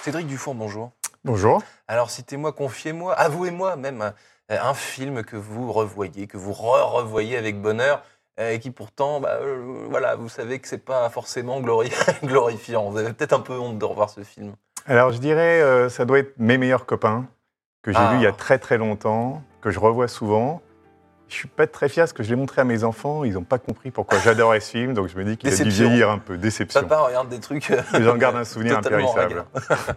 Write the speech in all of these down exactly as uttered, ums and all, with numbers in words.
Cédric Dufour, bonjour. Bonjour. Alors, citez-moi, confiez-moi, avouez-moi même euh, un film que vous revoyez, que vous re-revoyez avec bonheur, euh, et qui pourtant, bah, euh, voilà, vous savez que c'est pas forcément glori- glorifiant. Vous avez peut-être un peu honte de revoir ce film. Alors je dirais, euh, ça doit être Mes meilleurs copains, que j'ai vu il y a Ah, très très longtemps, que je revois souvent. Je suis pas très fier parce que je l'ai montré à mes enfants, ils n'ont pas compris pourquoi j'adorais ce film, donc je me dis qu'il a dû déception. vieillir un peu, déception. Papa regarde des trucs euh, Mais j'en garde un souvenir totalement impérissable. ringards.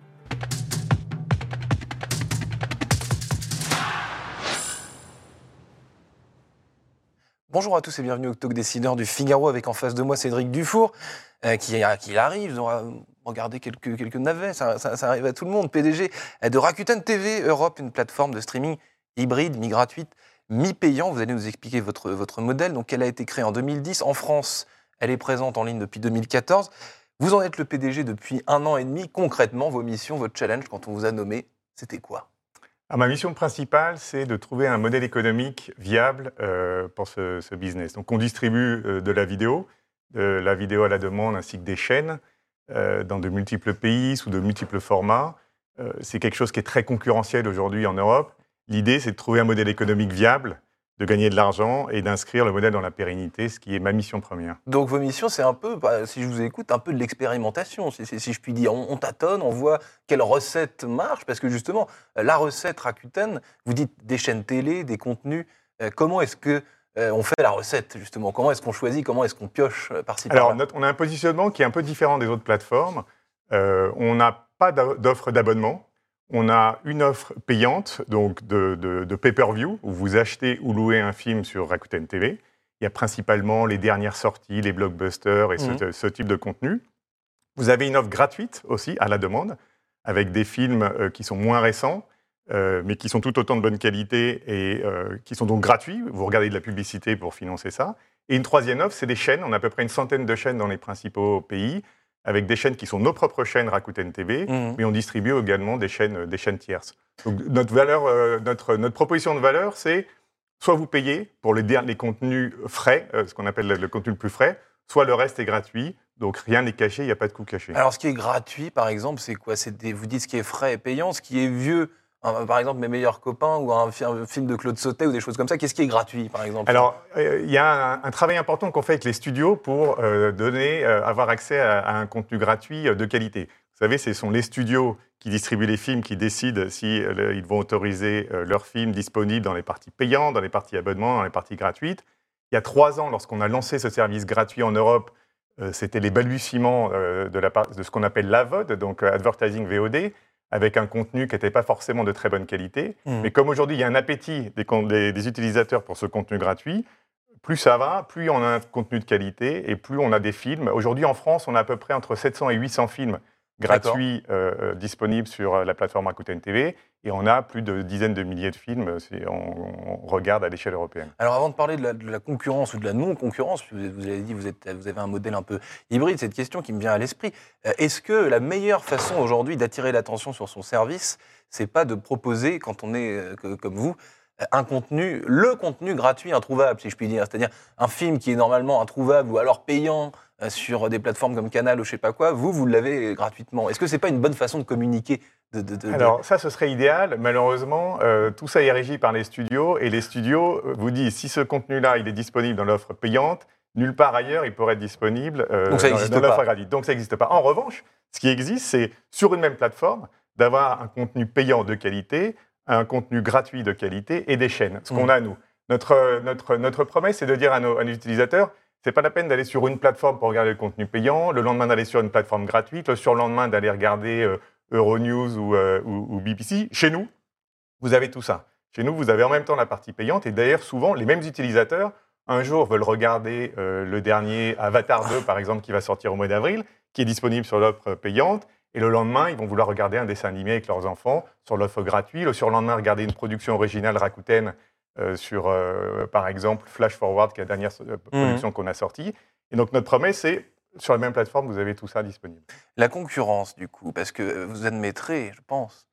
Bonjour à tous et bienvenue au Talk Décideur du Figaro avec en face de moi Cédric Dufour euh, qui, qui arrive. On va regarder quelques, quelques navets, ça, ça, ça arrive à tout le monde. P D G de Rakuten T V Europe, une plateforme de streaming hybride, mi-gratuite, mi-payant. Vous allez nous expliquer votre, votre modèle. Donc, elle a été créée en deux mille dix. En France, elle est présente en ligne depuis deux mille quatorze. Vous en êtes le P D G depuis un an et demi. Concrètement, vos missions, votre challenge, quand on vous a nommé, c'était quoi ? Alors, ma mission principale, c'est de trouver un modèle économique viable euh, pour ce, ce business. Donc on distribue euh, de la vidéo, de la vidéo à la demande ainsi que des chaînes euh, dans de multiples pays, sous de multiples formats. Euh, c'est quelque chose qui est très concurrentiel aujourd'hui en Europe. L'idée, c'est de trouver un modèle économique viable, de gagner de l'argent et d'inscrire le modèle dans la pérennité, ce qui est ma mission première. Donc vos missions, c'est un peu, bah, si je vous écoute, un peu de l'expérimentation, si, si, si je puis dire. On, on tâtonne, on voit quelle recette marche, parce que justement, la recette Rakuten, vous dites des chaînes télé, des contenus, euh, comment est-ce que euh, on fait la recette, justement ? Comment est-ce qu'on choisit ? Comment est-ce qu'on pioche euh, par-ci, par-là ? Alors, notre, on a un positionnement qui est un peu différent des autres plateformes. Euh, on n'a pas d'a- d'offre d'abonnement. On a une offre payante, donc de, de, de pay-per-view, où vous achetez ou louez un film sur Rakuten T V. Il y a principalement les dernières sorties, les blockbusters et ce, Mhm. ce type de contenu. Vous avez une offre gratuite aussi, à la demande, avec des films euh, qui sont moins récents, euh, mais qui sont tout autant de bonne qualité et euh, qui sont donc gratuits. Vous regardez de la publicité pour financer ça. Et une troisième offre, c'est des chaînes. On a à peu près une centaine de chaînes dans les principaux pays, avec des chaînes qui sont nos propres chaînes Rakuten T V, Mhm. mais on distribue également des chaînes, des chaînes tierces. Donc notre, valeur, euh, notre, notre proposition de valeur, c'est soit vous payez pour les, der- les contenus frais, euh, ce qu'on appelle le, le contenu le plus frais, soit le reste est gratuit. Donc rien n'est caché, il n'y a pas de coût caché. Alors ce qui est gratuit, par exemple, c'est quoi ? C'est des, vous dites ce qui est frais et payant, ce qui est vieux, hein, par exemple Mes meilleurs copains ou un, fi- un film de Claude Sautet ou des choses comme ça. Qu'est-ce qui est gratuit, par exemple ? Alors, euh, il y a un, un travail important qu'on fait avec les studios pour euh, donner, euh, avoir accès à, à un contenu gratuit euh, de qualité. Vous savez, ce sont les studios qui distribuent les films qui décident si euh, ils vont autoriser euh, leurs films disponibles dans les parties payantes, dans les parties abonnements, dans les parties gratuites. Il y a trois ans, lorsqu'on a lancé ce service gratuit en Europe, euh, c'était les balbutiements euh, de, la part- de ce qu'on appelle l'A V O D, donc euh, Advertising V O D, avec un contenu qui n'était pas forcément de très bonne qualité. Mhm. Mais comme aujourd'hui, il y a un appétit des, con- des- des utilisateurs pour ce contenu gratuit, plus ça va, plus on a un contenu de qualité et plus on a des films. Aujourd'hui, en France, on a à peu près entre sept cents et huit cents films gratuits euh, euh, disponibles sur la plateforme Rakuten T V et on a plus de dizaines de milliers de films si on, on regarde à l'échelle européenne. Alors avant de parler de la, de la concurrence ou de la non-concurrence, vous, vous avez dit vous, êtes, vous avez un modèle un peu hybride, cette question qui me vient à l'esprit. Euh, Est-ce que la meilleure façon aujourd'hui d'attirer l'attention sur son service, c'est pas de proposer, quand on est euh, que- comme vous, euh, un contenu, le contenu gratuit introuvable, si je puis dire, c'est-à-dire un film qui est normalement introuvable ou alors payant euh, sur des plateformes comme Canal ou je sais pas quoi, vous, vous l'avez gratuitement. Est-ce que c'est pas une bonne façon de communiquer de, de, de- de- Alors ça, ce serait idéal. Malheureusement, euh, tout ça est régi par les studios et les studios euh, vous disent si ce contenu-là, il est disponible dans l'offre payante, nulle part ailleurs, il pourrait être disponible euh, Donc ça dans, n'existe dans l'offre pas. gratuite. Donc ça n'existe pas. En revanche, ce qui existe, c'est sur une même plateforme d'avoir un contenu payant de qualité, un contenu gratuit de qualité et des chaînes. Ce qu'on Mm. a nous. Notre, notre, notre promesse, c'est de dire à nos, à nos utilisateurs, c'est pas la peine d'aller sur une plateforme pour regarder le contenu payant, le lendemain d'aller sur une plateforme gratuite, le surlendemain d'aller regarder euh, Euronews ou, euh, ou, ou B B C. Chez nous, vous avez tout ça. Chez nous, vous avez en même temps la partie payante et d'ailleurs, souvent, les mêmes utilisateurs, un jour, veulent regarder euh, le dernier Avatar deux, par exemple, qui va sortir au mois d'avril, qui est disponible sur l'offre payante. Et le lendemain, ils vont vouloir regarder un dessin animé avec leurs enfants sur l'offre gratuite. Le surlendemain, regarder une production originale Rakuten euh, sur, euh, par exemple, Flash Forward, qui est la dernière euh, production qu'on a sortie. Et donc, notre promesse, c'est sur la même plateforme, vous avez tout ça disponible. La concurrence, du coup, parce que vous admettrez, je pense,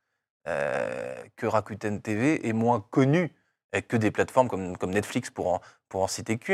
euh, que Rakuten T V est moins connu euh, que des plateformes comme, comme Netflix, pour en, pour en citer qu'une.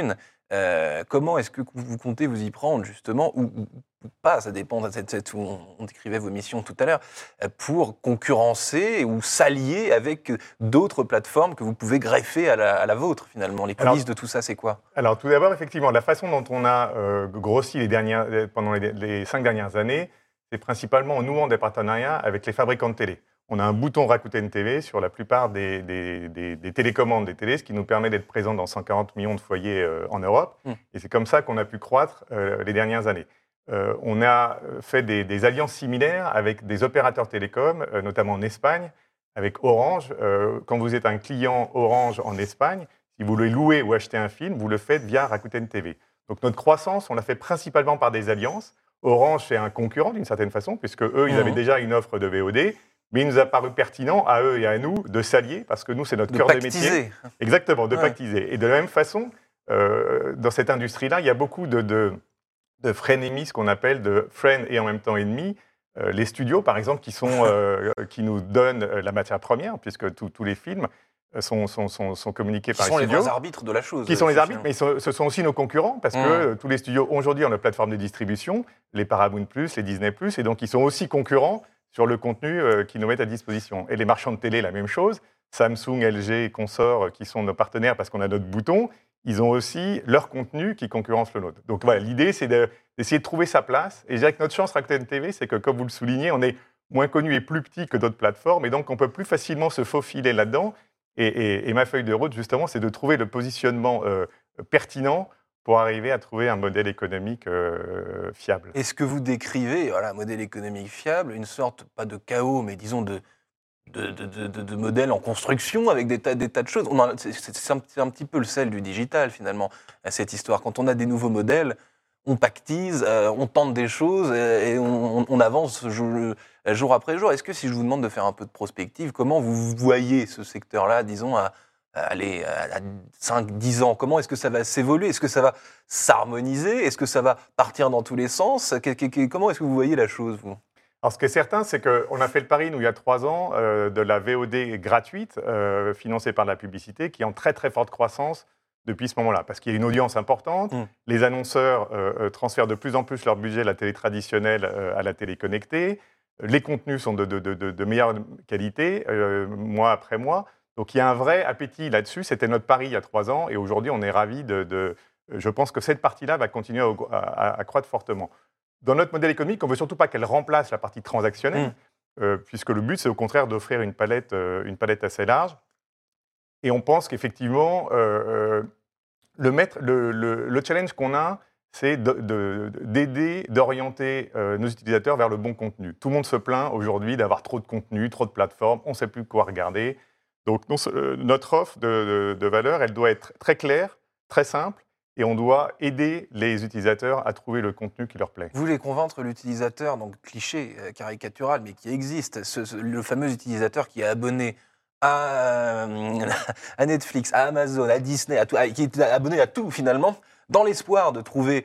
Euh, comment est-ce que vous comptez vous y prendre, justement, ou, ou- ou pas, ça dépend, de cette, cette- on, on décrivait vos missions tout à l'heure, euh, pour concurrencer ou s'allier avec d'autres plateformes que vous pouvez greffer à la, à la vôtre, finalement. Les coulisses Alors, de tout ça, c'est quoi? Alors tout d'abord, effectivement, la façon dont on a euh, grossi les dernières, pendant les, les cinq dernières années, c'est principalement en nouant des partenariats avec les fabricants de télé. On a un bouton Rakuten T V sur la plupart des, des, des, des télécommandes des télés, ce qui nous permet d'être présents dans cent quarante millions de foyers euh, en Europe. Mm. Et c'est comme ça qu'on a pu croître euh, les dernières années. Euh, on a fait des, des alliances similaires avec des opérateurs télécoms, euh, notamment en Espagne, avec Orange. Euh, quand vous êtes un client Orange en Espagne, si vous voulez louer ou acheter un film, vous le faites via Rakuten T V. Donc notre croissance, on l'a fait principalement par des alliances. Orange, c'est un concurrent d'une certaine façon, puisque eux, ils Mhm. avaient déjà une offre de V O D, mais il nous a paru pertinent à eux et à nous de s'allier, parce que nous, c'est notre De cœur de métier. pactiser. Exactement, de Ouais. pactiser. Et de la même façon, euh, dans cette industrie-là, il y a beaucoup de, de, de frénémies, ce qu'on appelle de friend et en même temps ennemi. Euh, les studios, par exemple, qui, sont, euh, qui nous donnent la matière première, puisque tous tous les films sont, sont, sont, sont communiqués Qui par sont les les studios. vrais arbitres de la chose. Qui sont euh, les arbitres, finalement. mais ce sont aussi nos concurrents, parce que Mmh. euh, tous les studios, aujourd'hui, ont nos plateformes de distribution, les Paramount+, les Disney+, et donc ils sont aussi concurrents sur le contenu euh, qu'ils nous mettent à disposition. Et les marchands de télé, la même chose. Samsung, L G et consorts, euh, qui sont nos partenaires parce qu'on a notre bouton, ils ont aussi leur contenu qui concurrence le nôtre. Donc voilà, l'idée, c'est de, d'essayer de trouver sa place. Et je dirais que notre chance Rakuten T V, c'est que, comme vous le soulignez, on est moins connu et plus petit que d'autres plateformes, et donc on peut plus facilement se faufiler là-dedans. Et, et, et ma feuille de route, justement, c'est de trouver le positionnement euh, pertinent pour arriver à trouver un modèle économique euh, fiable. Est-ce que vous décrivez, voilà, un modèle économique fiable, une sorte, pas de chaos, mais disons de, de, de, de, de- de modèle en construction avec des tas, des tas de choses? On en a- C'est c'est- c'est un, c'est un petit peu le sel du digital, finalement, à cette histoire. Quand on a des nouveaux modèles, on pactise, euh, on tente des choses euh, et on, on- on avance jour, jour après jour. Est-ce que si je vous demande de faire un peu de prospective, comment vous voyez ce secteur-là, disons, à, à, aller à cinq dix ans? Comment est-ce que ça va s'évoluer? Est-ce que ça va s'harmoniser? Est-ce que ça va partir dans tous les sens? Que- que- que- Comment est-ce que vous voyez la chose, vous? Alors, ce qui est certain, c'est qu'on a fait le pari, nous, il y a trois ans, euh, de la V O D gratuite, euh, financée par la publicité, qui est en très, très forte croissance depuis ce moment-là, parce qu'il y a une audience importante. Mm. Les annonceurs euh, euh, transfèrent de plus en plus leur budget de la télé traditionnelle euh, à la télé connectée. Les contenus sont de, de, de, de, de meilleure qualité, euh, mois après mois. Donc, il y a un vrai appétit là-dessus. C'était notre pari il y a trois ans, et aujourd'hui, on est ravis de, de... Je pense que cette partie-là va continuer à, à, à croître fortement. Dans notre modèle économique, on ne veut surtout pas qu'elle remplace la partie transactionnelle, mmh. euh, puisque le but, c'est au contraire d'offrir une palette, euh, une palette assez large. Et on pense qu'effectivement, euh, le, maître, le, le, le challenge qu'on a, c'est de, de, d'aider, d'orienter euh, nos utilisateurs vers le bon contenu. Tout le monde se plaint aujourd'hui d'avoir trop de contenu, trop de plateformes, on ne sait plus quoi regarder. Donc, non, euh, notre offre de, de, de valeur, elle doit être très claire, très simple, et on doit aider les utilisateurs à trouver le contenu qui leur plaît. Vous voulez convaincre l'utilisateur, donc cliché, euh, caricatural, mais qui existe, ce, ce, le fameux utilisateur qui est abonné à, euh, à Netflix, à Amazon, à Disney, à tout, à, qui est abonné à tout finalement, dans l'espoir de trouver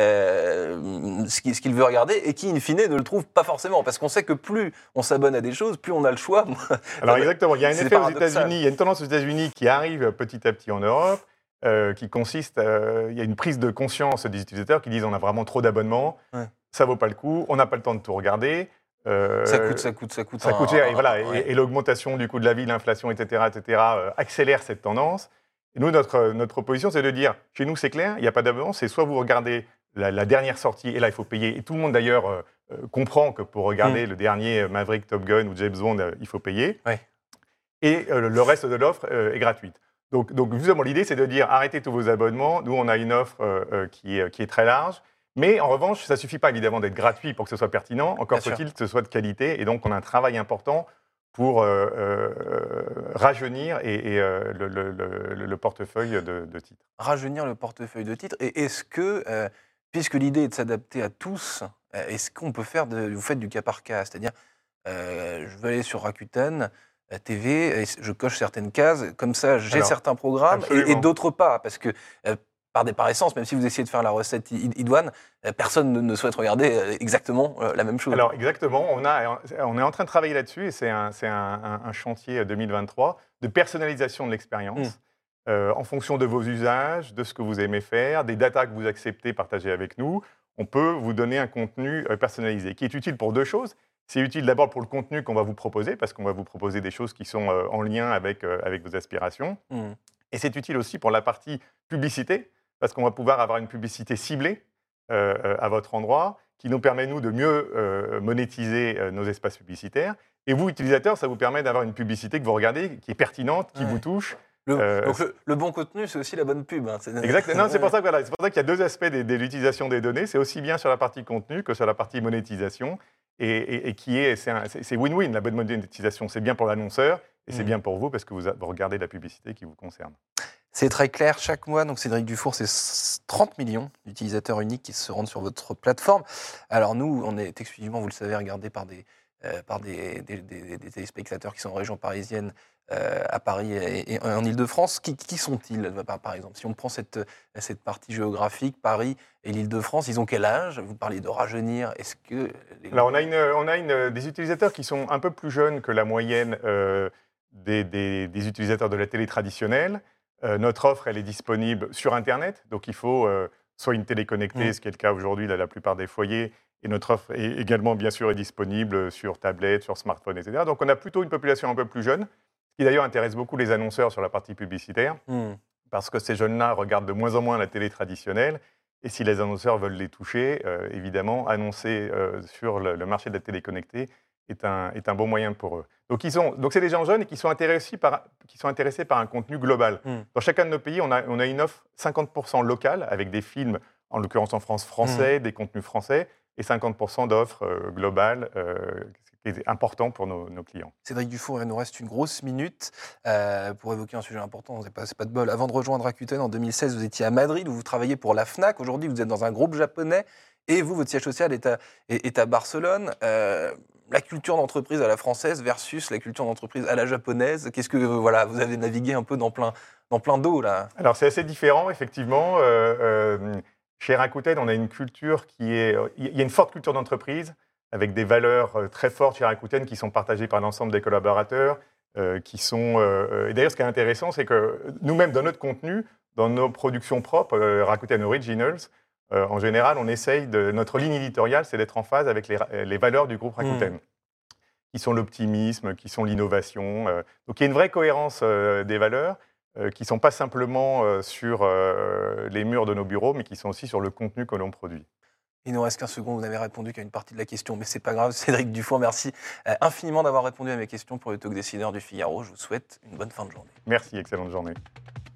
euh, ce qu'il ce qu'il veut regarder, et qui, in fine, ne le trouve pas forcément. Parce qu'on sait que plus on s'abonne à des choses, plus on a le choix. Alors exactement, il y a un C'est effet aux paradoxal. États-Unis, il y a une tendance aux États-Unis qui arrive petit à petit en Europe. Euh, qui consiste, euh, il y a une prise de conscience des utilisateurs qui disent on a vraiment trop d'abonnements, Ouais. ça vaut pas le coup, on n'a pas le temps de tout regarder. Euh, ça coûte, ça coûte, ça coûte. Ça un, coûte cher, un, et, voilà, ouais. et, et l'augmentation du coût de la vie, l'inflation, et cetera, et cetera, euh, accélère cette tendance. Et nous, notre, notre proposition, c'est de dire, chez nous, c'est clair, il n'y a pas d'abonnement, c'est soit vous regardez la, la dernière sortie, et là, il faut payer. Et tout le monde, d'ailleurs, euh, comprend que pour regarder mm. le dernier Maverick, Top Gun ou James Bond, euh, il faut payer. Ouais. Et euh, le reste de l'offre euh, est gratuite. Donc, donc justement, l'idée, c'est de dire arrêtez tous vos abonnements. Nous, on a une offre euh, qui, est, qui est très large. Mais en revanche, ça ne suffit pas évidemment d'être gratuit pour que ce soit pertinent. Encore faut-il que ce soit de qualité. Et donc, on a un travail important pour euh, euh, rajeunir et, et, euh, le, le, le, le portefeuille de, de titres. Rajeunir le portefeuille de titres. Et est-ce que, euh, puisque l'idée est de s'adapter à tous, euh, est-ce qu'on peut faire, de, vous faites du cas par cas? C'est-à-dire, euh, je vais aller sur Rakuten T V, je coche certaines cases, comme ça j'ai Alors, certains programmes et, et d'autres pas, parce que euh, par, des, par essence, même si vous essayez de faire la recette idoine, euh, personne ne, ne souhaite regarder euh, exactement euh, la même chose. Alors exactement, on, a, on est en train de travailler là-dessus, et c'est un, c'est un, un, un chantier deux mille vingt-trois de personnalisation de l'expérience. Mmh. euh, en fonction de vos usages, de ce que vous aimez faire, des datas que vous acceptez, partagez avec nous. On peut vous donner un contenu euh, personnalisé qui est utile pour deux choses. C'est utile d'abord pour le contenu qu'on va vous proposer, parce qu'on va vous proposer des choses qui sont euh, en lien avec, euh, avec vos aspirations. Mmh. Et c'est utile aussi pour la partie publicité, parce qu'on va pouvoir avoir une publicité ciblée euh, euh, à votre endroit, qui nous permet, nous, de mieux euh, monétiser euh, nos espaces publicitaires. Et vous, utilisateurs, ça vous permet d'avoir une publicité que vous regardez, qui est pertinente, qui Ouais. vous touche. Le, Euh, donc le, le bon contenu, c'est aussi la bonne pub. Hein. C'est- Exact. Non, c'est pour ça que voilà, c'est pour ça qu'il y a deux aspects de, de l'utilisation des données. C'est aussi bien sur la partie contenu que sur la partie monétisation, et, et, et qui est, c'est, un, c'est, c'est win-win. La bonne monétisation, c'est bien pour l'annonceur et c'est Mmh. bien pour vous parce que vous, a- vous regardez la publicité qui vous concerne. C'est très clair. Chaque mois, donc Cédric Dufour, c'est trente millions d'utilisateurs uniques qui se rendent sur votre plateforme. Alors nous, on est exclusivement, vous le savez, regardé par des, euh, par des, des, des, des téléspectateurs qui sont en région parisienne, euh, à Paris et, et en Ile-de-France. Qui, qui sont-ils, par, par exemple? Si on prend cette, cette partie géographique, Paris et l'Île-de-France, ils ont quel âge? Vous parlez de rajeunir. Est-ce que... Les... Alors, on a, une, on a une, des utilisateurs qui sont un peu plus jeunes que la moyenne euh, des, des, des utilisateurs de la télé traditionnelle. Euh, notre offre, elle est disponible sur Internet, donc il faut euh, soit une télé connectée, Mmh. ce qui est le cas aujourd'hui dans la plupart des foyers, et notre offre est également, bien sûr, est disponible sur tablette, sur smartphone, et cetera. Donc on a plutôt une population un peu plus jeune, ce qui d'ailleurs intéresse beaucoup les annonceurs sur la partie publicitaire, Mmh. parce que ces jeunes-là regardent de moins en moins la télé traditionnelle, et si les annonceurs veulent les toucher, euh, évidemment, annoncer euh, sur le, le marché de la télé connectée est un, est un bon moyen pour eux. Donc, ils sont, donc c'est des gens jeunes et qui sont intéressés par, qui sont intéressés par un contenu global. Mm. Dans chacun de nos pays, on a, on a une offre cinquante pour cent locale, avec des films, en l'occurrence en France, français, mm. des contenus français, et cinquante pour cent d'offres euh, globales, euh, qui est important pour nos, nos clients. Cédric Dufour, il nous reste une grosse minute euh, pour évoquer un sujet important, c'est pas, c'est pas de bol. Avant de rejoindre Rakuten, en deux mille seize, vous étiez à Madrid, où vous travailliez pour la Fnac. Aujourd'hui, vous êtes dans un groupe japonais, et vous, votre siège social est à, est, est à Barcelone. Euh, la culture d'entreprise à la française versus la culture d'entreprise à la japonaise. Qu'est-ce que, voilà, vous avez navigué un peu dans plein, dans plein d'eau, là. Alors, c'est assez différent, effectivement. Euh, euh, chez Rakuten, on a une culture qui est... Il y a une forte culture d'entreprise, avec des valeurs très fortes chez Rakuten qui sont partagées par l'ensemble des collaborateurs, euh, qui sont... Euh, et d'ailleurs, ce qui est intéressant, c'est que nous-mêmes, dans notre contenu, dans nos productions propres, euh, Rakuten Originals, Euh, en général, on essaye de... Notre ligne éditoriale, c'est d'être en phase avec les, les valeurs du groupe Rakuten, mmh. qui sont l'optimisme, qui sont l'innovation. Euh, donc, il y a une vraie cohérence euh, des valeurs euh, qui ne sont pas simplement euh, sur euh, les murs de nos bureaux, mais qui sont aussi sur le contenu que l'on produit. Il nous reste quinze secondes, vous n'avez répondu qu'à une partie de la question, mais c'est pas grave. Cédric Dufour, merci euh, infiniment d'avoir répondu à mes questions pour le Talk Décideur du Figaro. Je vous souhaite une bonne fin de journée. Merci, excellente journée.